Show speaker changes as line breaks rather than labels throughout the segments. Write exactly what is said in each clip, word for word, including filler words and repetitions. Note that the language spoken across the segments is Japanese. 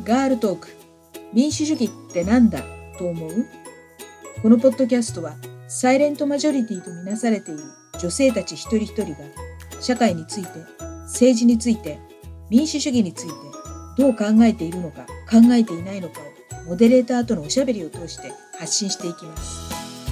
ガールトーク、民主主義ってなんだと思う？このポッドキャストはサイレントマジョリティとみなされている女性たち一人一人が社会について、政治について、民主主義についてどう考えているのか考えていないのかをモデレーターとのおしゃべりを通して発信していきます。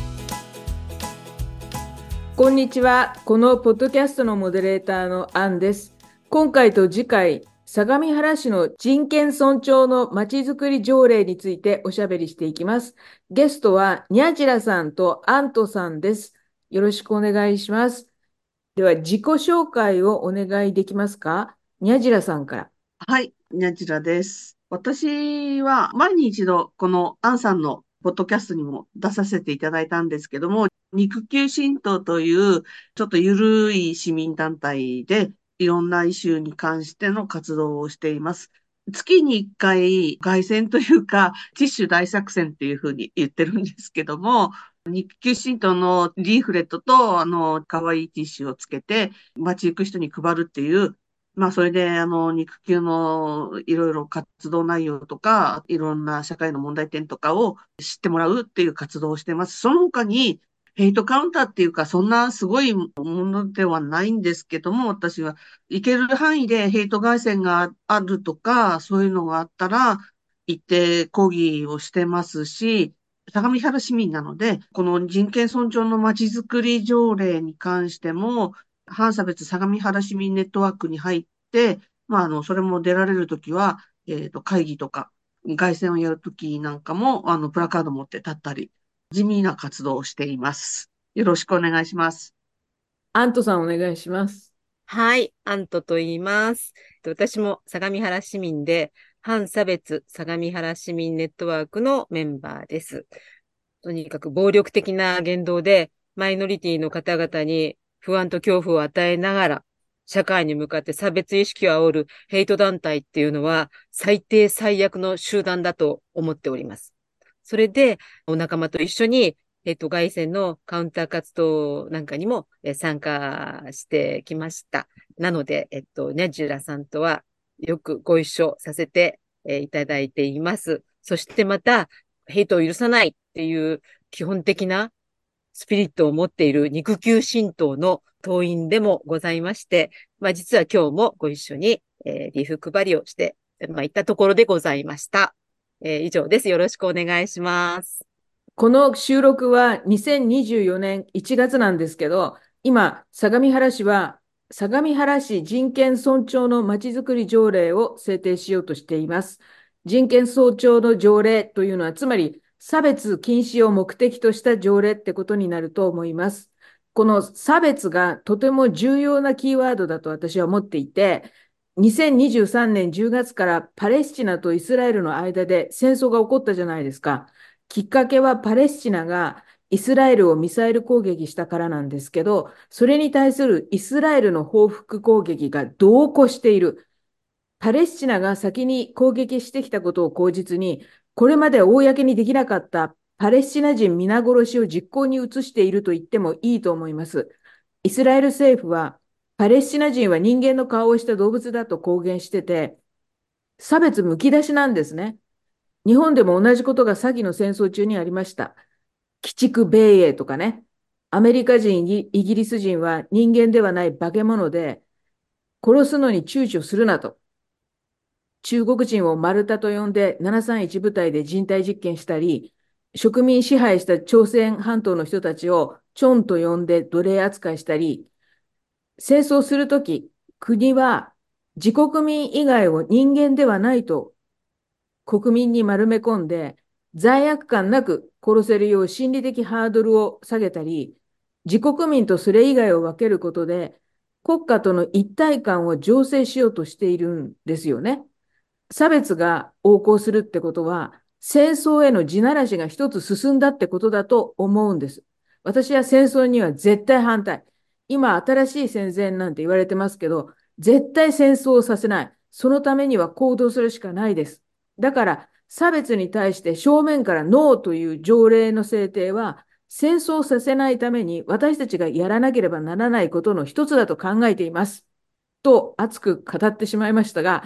こんにちは。このポッドキャストのモデレーターのアンです。今回と次回、相模原市の人権尊重のまちづくり条例についておしゃべりしていきます。ゲストはにゃじらさんとアントさんです。よろしくお願いします。では自己紹介をお願いできますか？にゃじらさんから。
はい、にゃじらです。私は前に一度このアンさんのポッドキャストにも出させていただいたんですけども、肉球新党というちょっと緩い市民団体でいろんなイシューに関しての活動をしています。月にいっかい凱旋というか、ティッシュ大作戦っていうふうに言ってるんですけども、肉球新党のリーフレットと、あの、可愛いティッシュをつけて、街行く人に配るっていう、まあ、それで、あの、肉球のいろいろ活動内容とか、いろんな社会の問題点とかを知ってもらうっていう活動をしてます。その他に、ヘイトカウンターっていうか、そんなすごいものではないんですけども、私は行ける範囲でヘイト外線があるとか、そういうのがあったら、行って抗議をしてますし、相模原市民なので、この人権尊重のまちづくり条例に関しても、反差別相模原市民ネットワークに入って、まあ、あの、それも出られるときは、えっと、会議とか、外線をやるときなんかも、あの、プラカード持って立ったり、地味な活動をしています。よろしくお願いします。
アントさんお願いします。
はい、アントと言います。私も相模原市民で、反差別相模原市民ネットワークのメンバーです。とにかく暴力的な言動で、マイノリティの方々に不安と恐怖を与えながら、社会に向かって差別意識を煽るヘイト団体っていうのは、最低最悪の集団だと思っております。それで、お仲間と一緒に、えっと、外線のカウンター活動なんかにもえ参加してきました。なので、えっと、ネジュラさんとはよくご一緒させてえいただいています。そしてまた、ヘイトを許さないっていう基本的なスピリットを持っている肉球神道の党員でもございまして、まあ実は今日もご一緒に、えー、リーフ配りをして、まあ行ったところでございました。えー、以上です。よろしくお願いします。
この収録はにせんにじゅうよねんいちがつなんですけど、今、相模原市は相模原市人権尊重のまちづくり条例を制定しようとしています。人権尊重の条例というのは、つまり差別禁止を目的とした条例ってことになると思います。この差別がとても重要なキーワードだと私は思っていて、にせんにじゅうさんねんじゅうがつからパレスチナとイスラエルの間で戦争が起こったじゃないですか。きっかけはパレスチナがイスラエルをミサイル攻撃したからなんですけど、それに対するイスラエルの報復攻撃が度を越している。パレスチナが先に攻撃してきたことを口実に、これまで公にできなかったパレスチナ人皆殺しを実行に移していると言ってもいいと思います。イスラエル政府は、パレスチナ人は人間の顔をした動物だと公言してて、差別むき出しなんですね。日本でも同じことが先の戦争中にありました。鬼畜米英とかね。アメリカ人、イギリス人は人間ではない化け物で、殺すのに躊躇するなと。中国人を丸太と呼んでななさんいち部隊で人体実験したり、植民支配した朝鮮半島の人たちをチョンと呼んで奴隷扱いしたり、戦争するとき、国は自国民以外を人間ではないと国民に丸め込んで、罪悪感なく殺せるよう心理的ハードルを下げたり、自国民とそれ以外を分けることで、国家との一体感を醸成しようとしているんですよね。差別が横行するってことは、戦争への地ならしが一つ進んだってことだと思うんです。私は戦争には絶対反対。今、新しい戦前なんて言われてますけど、絶対戦争をさせない。そのためには行動するしかないです。だから、差別に対して正面からノーという条例の制定は、戦争させないために私たちがやらなければならないことの一つだと考えています。と熱く語ってしまいましたが、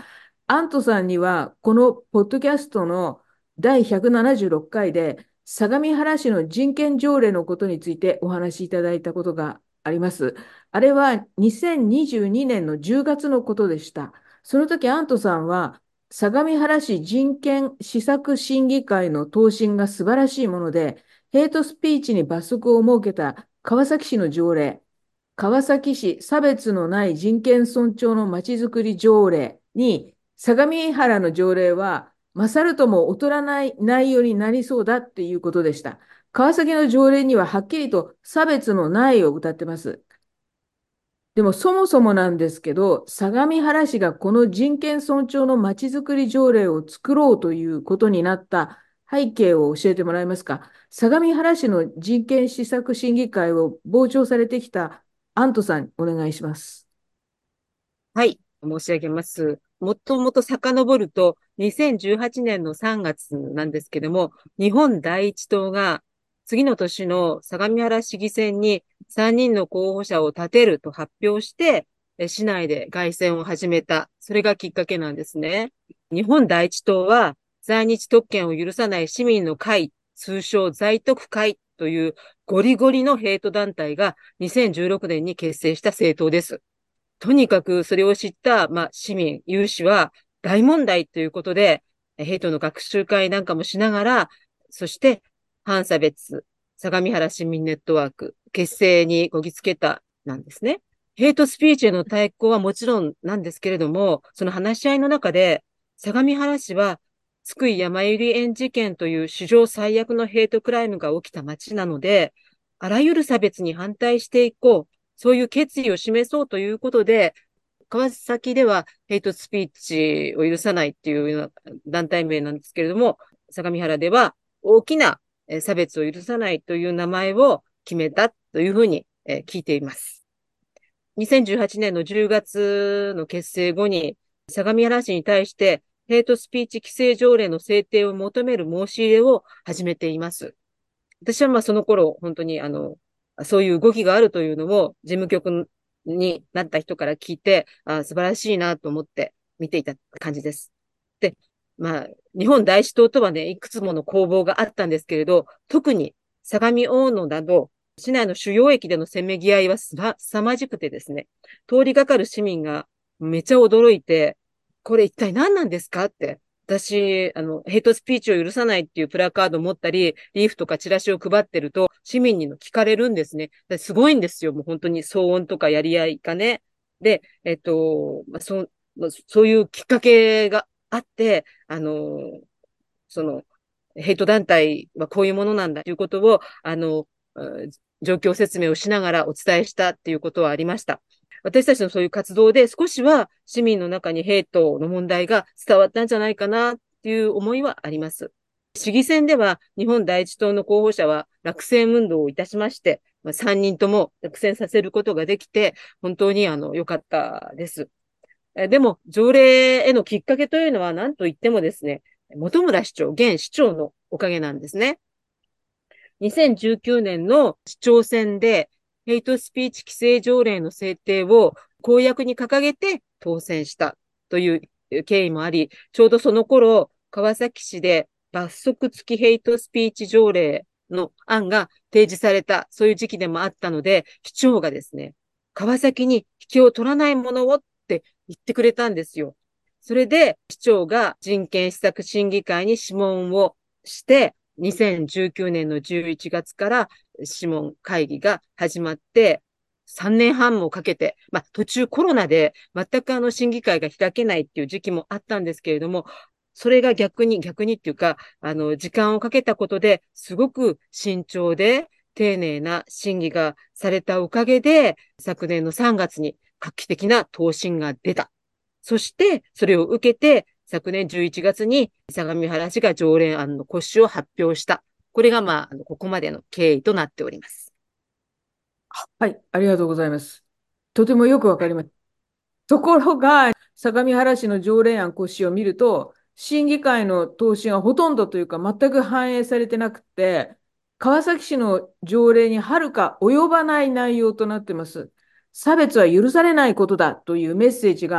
アントさんには、このポッドキャストのだいひゃくななじゅうろっかいで、相模原市の人権条例のことについてお話しいただいたことがあります。あれはにせんにじゅうにねんのじゅうがつのことでした。その時、アントさんは、相模原市人権施策審議会の答申が素晴らしいもので、ヘイトスピーチに罰則を設けた川崎市の条例、川崎市差別のない人権尊重のまちづくり条例に、相模原の条例は勝るとも劣らない内容になりそうだっていうことでした。川崎の条例にははっきりと差別のないを謳ってます。でもそもそもなんですけど、相模原市がこの人権尊重のまちづくり条例を作ろうということになった背景を教えてもらえますか。相模原市の人権施策審議会を傍聴されてきたアントさん、お願いします。
はい、申し上げます。もともと遡ると、にせんじゅうはちねんのさんがつなんですけども、日本第一党が次の年の相模原市議選にさんにんの候補者を立てると発表して、え市内で凱旋を始めた。それがきっかけなんですね。日本第一党は、在日特権を許さない市民の会、通称在特会というゴリゴリのヘイト団体がにせんじゅうろくねんに結成した政党です。とにかくそれを知った、まあ、市民、有志は大問題ということで、ヘイトの学習会なんかもしながら、そして反差別、相模原市民ネットワーク、結成にこぎつけたなんですね。ヘイトスピーチへの対抗はもちろんなんですけれども、その話し合いの中で、相模原市は津久井やまゆり園事件という史上最悪のヘイトクライムが起きた街なので、あらゆる差別に反対していこう。そういう決意を示そうということで、川崎ではヘイトスピーチを許さないっていうような団体名なんですけれども、相模原では大きな差別を許さないという名前を決めたというふうに聞いています。にせんじゅうはちねんのじゅうがつの結成後に、相模原市に対してヘイトスピーチ規制条例の制定を求める申し入れを始めています。私はまあその頃、本当にあの、そういう動きがあるというのを事務局になった人から聞いて、あ素晴らしいなと思って見ていた感じです。で、まあ、日本第一党とはね、いくつもの攻防があったんですけれど、特に相模大野など、市内の主要駅でのせめぎ合いはすさまじくてですね、通りがかる市民がめちゃ驚いて、これ一体何なんですかって、私、あの、ヘイトスピーチを許さないっていうプラカードを持ったり、リーフとかチラシを配ってると、市民に聞かれるんですね。すごいんですよ。もう本当に騒音とかやり合いがね。で、えっと、まあ、そう、まあ、そういうきっかけがあって、あの、その、ヘイト団体はこういうものなんだということを、あの、状況説明をしながらお伝えしたっていうことはありました。私たちのそういう活動で少しは市民の中にヘイトの問題が伝わったんじゃないかなっていう思いはあります。市議選では日本第一党の候補者は落選運動をいたしまして、さんにんとも落選させることができて、本当にあの良かったです。でも、条例へのきっかけというのは何と言ってもですね、本村市長、現市長のおかげなんですね。にせんじゅうきゅうねんの市長選で、ヘイトスピーチ規制条例の制定を公約に掲げて当選したという経緯もあり、ちょうどその頃、川崎市で罰則付きヘイトスピーチ条例の案が提示された、そういう時期でもあったので、市長がですね、川崎に引きを取らないものをって言ってくれたんですよ。それで、市長が人権施策審議会に諮問をして、にせんじゅうきゅうねんのじゅういちがつから諮問会議が始まって、さんねんはんもかけて、まあ途中コロナで全くあの審議会が開けないっていう時期もあったんですけれども、それが逆に、逆にっていうか、あの、時間をかけたことですごく慎重で丁寧な審議がされたおかげで、昨年のさんがつに画期的な答申が出た。そして、それを受けて、昨年じゅういちがつに相模原市が条例案の骨子を発表した。これが、まあ、ここまでの経緯となっております。
はい、ありがとうございます。とてもよくわかります。ところが、相模原市の条例案骨子を見ると、審議会の答申はほとんどというか全く反映されてなくて、川崎市の条例にはるか及ばない内容となっています。差別は許されないことだというメッセージが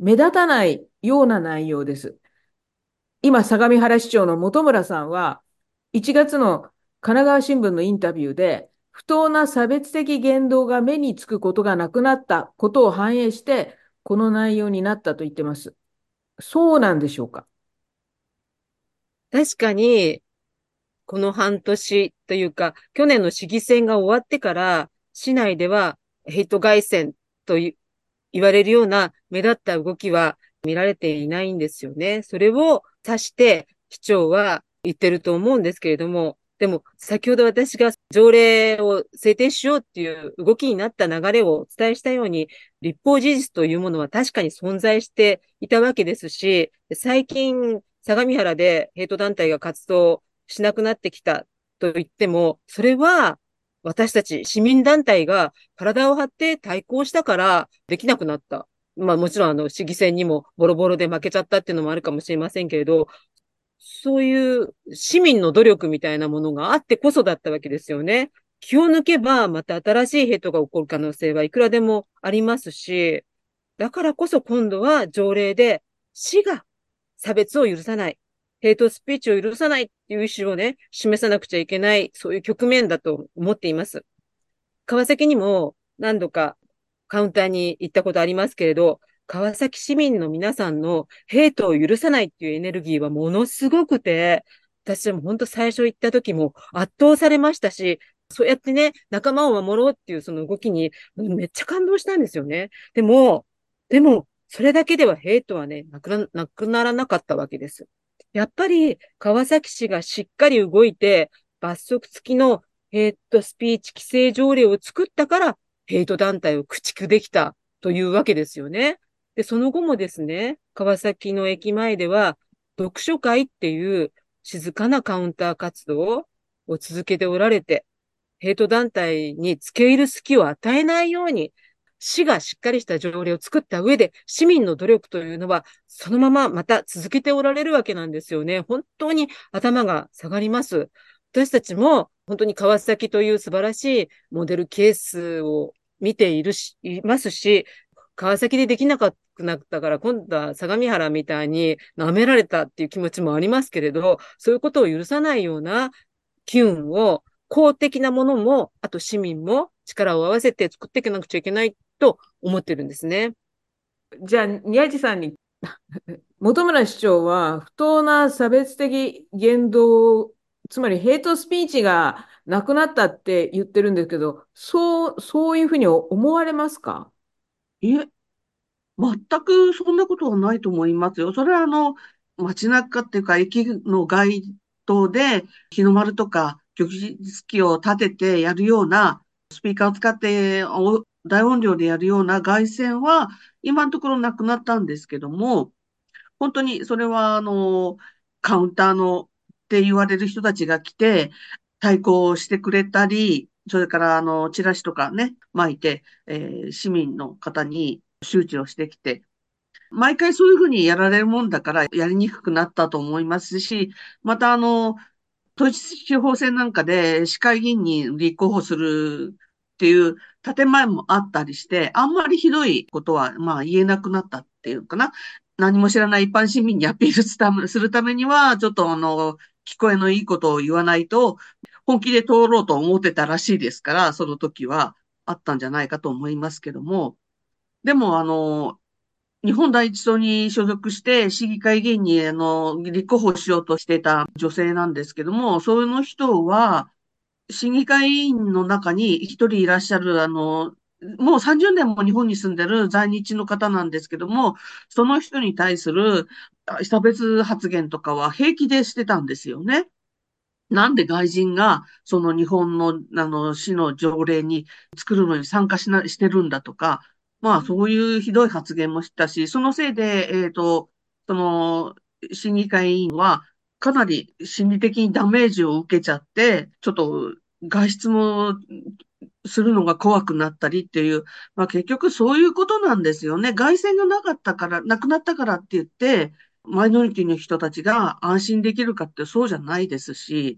目立たないような内容です。今、相模原市長の本村さんは、いちがつの神奈川新聞のインタビューで、不当な差別的言動が目につくことがなくなったことを反映して、この内容になったと言ってます。そうなんでしょうか。
確かに、この半年というか、去年の市議選が終わってから、市内ではヘイト外旋とい言われるような目立った動きは見られていないんですよね。それを指して市長は言ってると思うんですけれども、でも先ほど私が条例を制定しようっていう動きになった流れをお伝えしたように、立法事実というものは確かに存在していたわけですし、最近相模原でヘイト団体が活動しなくなってきたと言っても、それは私たち市民団体が体を張って対抗したからできなくなった。まあもちろんあの市議選にもボロボロで負けちゃったっていうのもあるかもしれませんけれど、そういう市民の努力みたいなものがあってこそだったわけですよね。気を抜けばまた新しいヘイトが起こる可能性はいくらでもありますし、だからこそ今度は条例で市が差別を許さない。ヘイトスピーチを許さないっていう意思をね、示さなくちゃいけない、そういう局面だと思っています。川崎にも何度かカウンターに行ったことありますけれど、川崎市民の皆さんのヘイトを許さないっていうエネルギーはものすごくて、私も本当最初行った時も圧倒されましたし、そうやってね、仲間を守ろうっていうその動きにめっちゃ感動したんですよね。でも、でも、それだけではヘイトはね、なくな、なくならなかったわけです。やっぱり川崎市がしっかり動いて、罰則付きのヘイトスピーチ規制条例を作ったから、ヘイト団体を駆逐できたというわけですよね。で、その後もですね、川崎の駅前では、読書会っていう静かなカウンター活動を続けておられて、ヘイト団体に付け入る隙を与えないように、市がしっかりした条例を作った上で、市民の努力というのは、そのまままた続けておられるわけなんですよね。本当に頭が下がります。私たちも、本当に川崎という素晴らしいモデルケースを見ているし、いますし、川崎でできなくなったから、今度は相模原みたいに舐められたっていう気持ちもありますけれど、そういうことを許さないような機運を公的なものも、あと市民も力を合わせて作っていかなくちゃいけないと思ってるんですね。
じゃあ、宮地さんに、本村市長は不当な差別的言動、つまりヘイトスピーチがなくなったって言ってるんですけど、そう、そういうふうに思われますか？
いえ、全くそんなことはないと思いますよ。それはあの、街中っていうか、駅の街頭で、日の丸とか、旭日旗を立ててやるような、スピーカーを使ってお大音量でやるような街宣は、今のところなくなったんですけども、本当にそれはあの、カウンターのって言われる人たちが来て、対抗してくれたり、それからあの、チラシとかね、巻いて、えー市民の方に周知をしてきて、毎回そういうふうにやられるもんだからやりにくくなったと思いますし、またあの、統一地方選なんかで市会議員に立候補するっていう建前もあったりして、あんまりひどいことはまあ言えなくなったっていうかな。何も知らない一般市民にアピールすためするためには、ちょっとあの、聞こえのいいことを言わないと、本気で通ろうと思ってたらしいですから、その時はあったんじゃないかと思いますけども、でもあの、日本第一党に所属して市議会議員にあの立候補しようとしていた女性なんですけども、その人は市議会議員の中に一人いらっしゃるあの、もうさんじゅうねんも日本に住んでる在日の方なんですけども、その人に対する差別発言とかは平気でしてたんですよね。なんで外人がその日本のあの市の条例に作るのに参加しな、してるんだとか、まあそういうひどい発言もしたし、そのせいで、えっと、その審議会委員はかなり心理的にダメージを受けちゃって、ちょっと外出もするのが怖くなったりっていう、まあ結局そういうことなんですよね。外線がなかったから、なくなったからって言って、マイノリティの人たちが安心できるかってそうじゃないですし、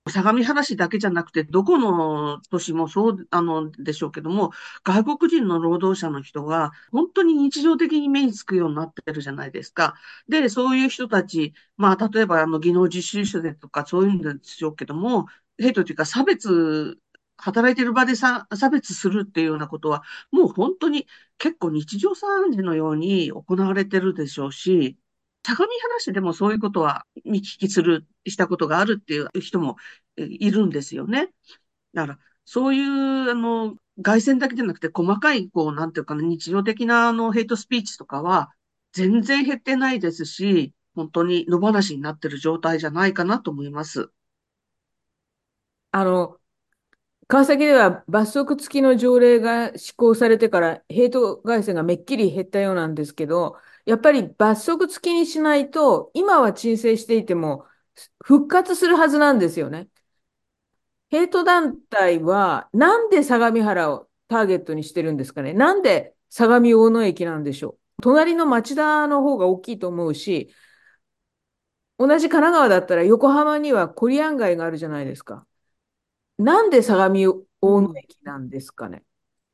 相模原市だけじゃなくて、どこの都市もそう、あの、でしょうけども、外国人の労働者の人が、本当に日常的に目につくようになってるじゃないですか。で、そういう人たち、まあ、例えば、あの、技能実習者でとか、そういうんでしょうけども、ヘイトというか、差別、働いてる場でさ、差別するっていうようなことは、もう本当に結構日常茶飯事のように行われてるでしょうし、相模原市でもそういうことは見聞きする、したことがあるっていう人もえいるんですよね。だから、そういう、あの、外線だけじゃなくて、細かい、こう、なんていうかな、日常的な、あの、ヘイトスピーチとかは、全然減ってないですし、本当に野放しになってる状態じゃないかなと思います。
あの、川崎では罰則付きの条例が施行されてからヘイト外線がめっきり減ったようなんですけど、やっぱり罰則付きにしないと、今は鎮静していても復活するはずなんですよね。ヘイト団体はなんで相模原をターゲットにしてるんですかね。なんで相模大野駅なんでしょう。隣の町田の方が大きいと思うし、同じ神奈川だったら横浜にはコリアン街があるじゃないですか。なんで相模大野
うん。
駅なんですかね。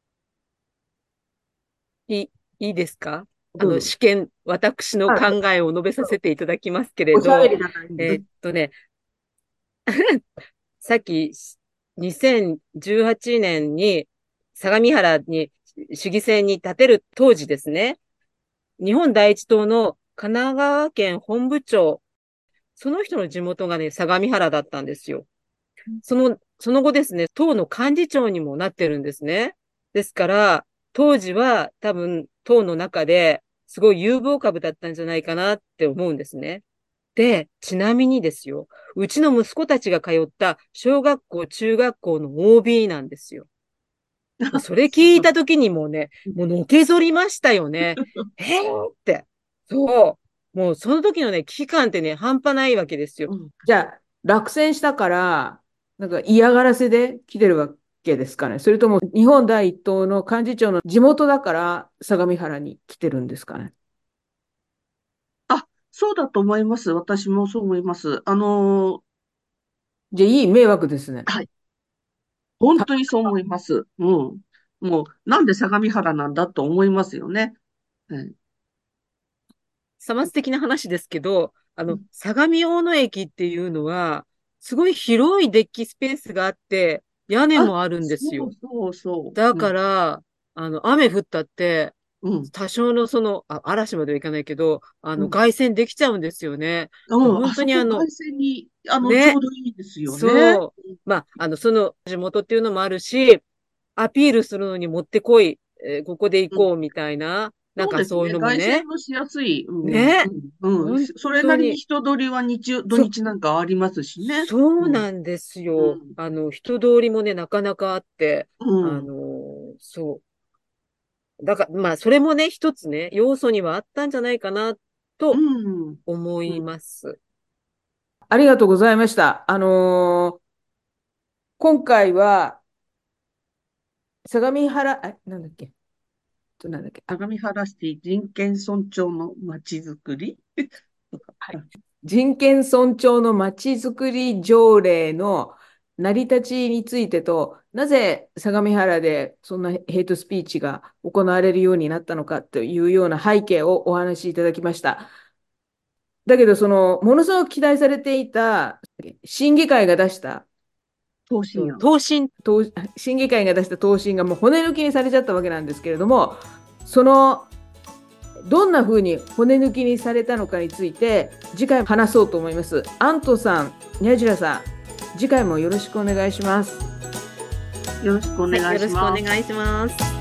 いい、いいですか？あの、
どうぞ。
試験、私の
はい。
考えを述べさせていただきますけれ
おしゃべ
ど、
りだからいい
えーっ
です。
とね、さっきにせんじゅうはちねんに相模原に市議選に立てる当時ですね、日本第一党の神奈川県本部長、その人の地元がね、相模原だったんですよ。その、その後ですね、党の幹事長にもなってるんですね。ですから、当時は多分党の中ですごい有望株だったんじゃないかなって思うんですね。で、ちなみにですよ、うちの息子たちが通った小学校、中学校の オービー なんですよ。それ聞いたときにもうね、もうのけぞりましたよね。へーって。そう。もうその時のね、危機感ってね、半端ないわけですよ。
うん。
じゃあ、落選したから、なんか嫌がらせで来てるわけですかね。それとも日本第一党の幹事長の地元だから相模原に来てるんですかね。
あ、そうだと思います。私もそう思います。あの
じゃあ、いい迷惑ですね。
はい。本
た
当にそう思います。うん。もう、なんで相模原なんだと思いますよね。はい。
さまつ的な話ですけど、あの、
うん。
相模大野駅っていうのは、すごい広いデッキスペースがあって、屋根
あ、
もあるんですよ。
そうそうそ
だ
う。うん。
から、あの、雨降ったって、
うん。
多少のその、あ、嵐まではいかないけど、あの、
うん。
凱旋できちゃうんですよね。で
うん。あ
本当
そこ凱
にあの、
旋に、あの、ちょ
ね、
うどいいですよね。
そう。まあ、あの、その地元っていうのもあるし、アピールするのにもってこい、えーここで行
うん。
こうみたいな、なんかそういう
そうですね。凱旋
のもね、
のしやすい。うん。
ね、
うん。うん。
本
それなりに
当に、
人通りは日、土
そ、
日なんかありますしね。
そう
うん。
なんですよ。
うん。
あの、人通りもね、なかなかあって、
う
あ
ん。
の、そう。だから、まあ、それもね、一つね、要素にはあったんじゃないかな、
う
と
ん。
思い
うん。
ます。
ありがとうございました。あのー今回は相模原、え、なんだっけ、となんだっけ、あ、
相模原市人権尊重の街づくりとか。
はい。人権尊重のまちづくり条例の成り立ちについてと、なぜ相模原でそんなヘイトスピーチが行われるようになったのかというような背景をお話しいただきました。だけど、その、ものすごく期待されていた審議会が出した
答申案。
答申、
答審議会が出した答申がもう骨抜きにされちゃったわけなんですけれども、そのどんな風に骨抜きにされたのかについて次回話そうと思います。アントさん、ニャジュラさん、次回もよろしくお願いします。
よろしくお
はい、よろしくお
願いします。
願いします。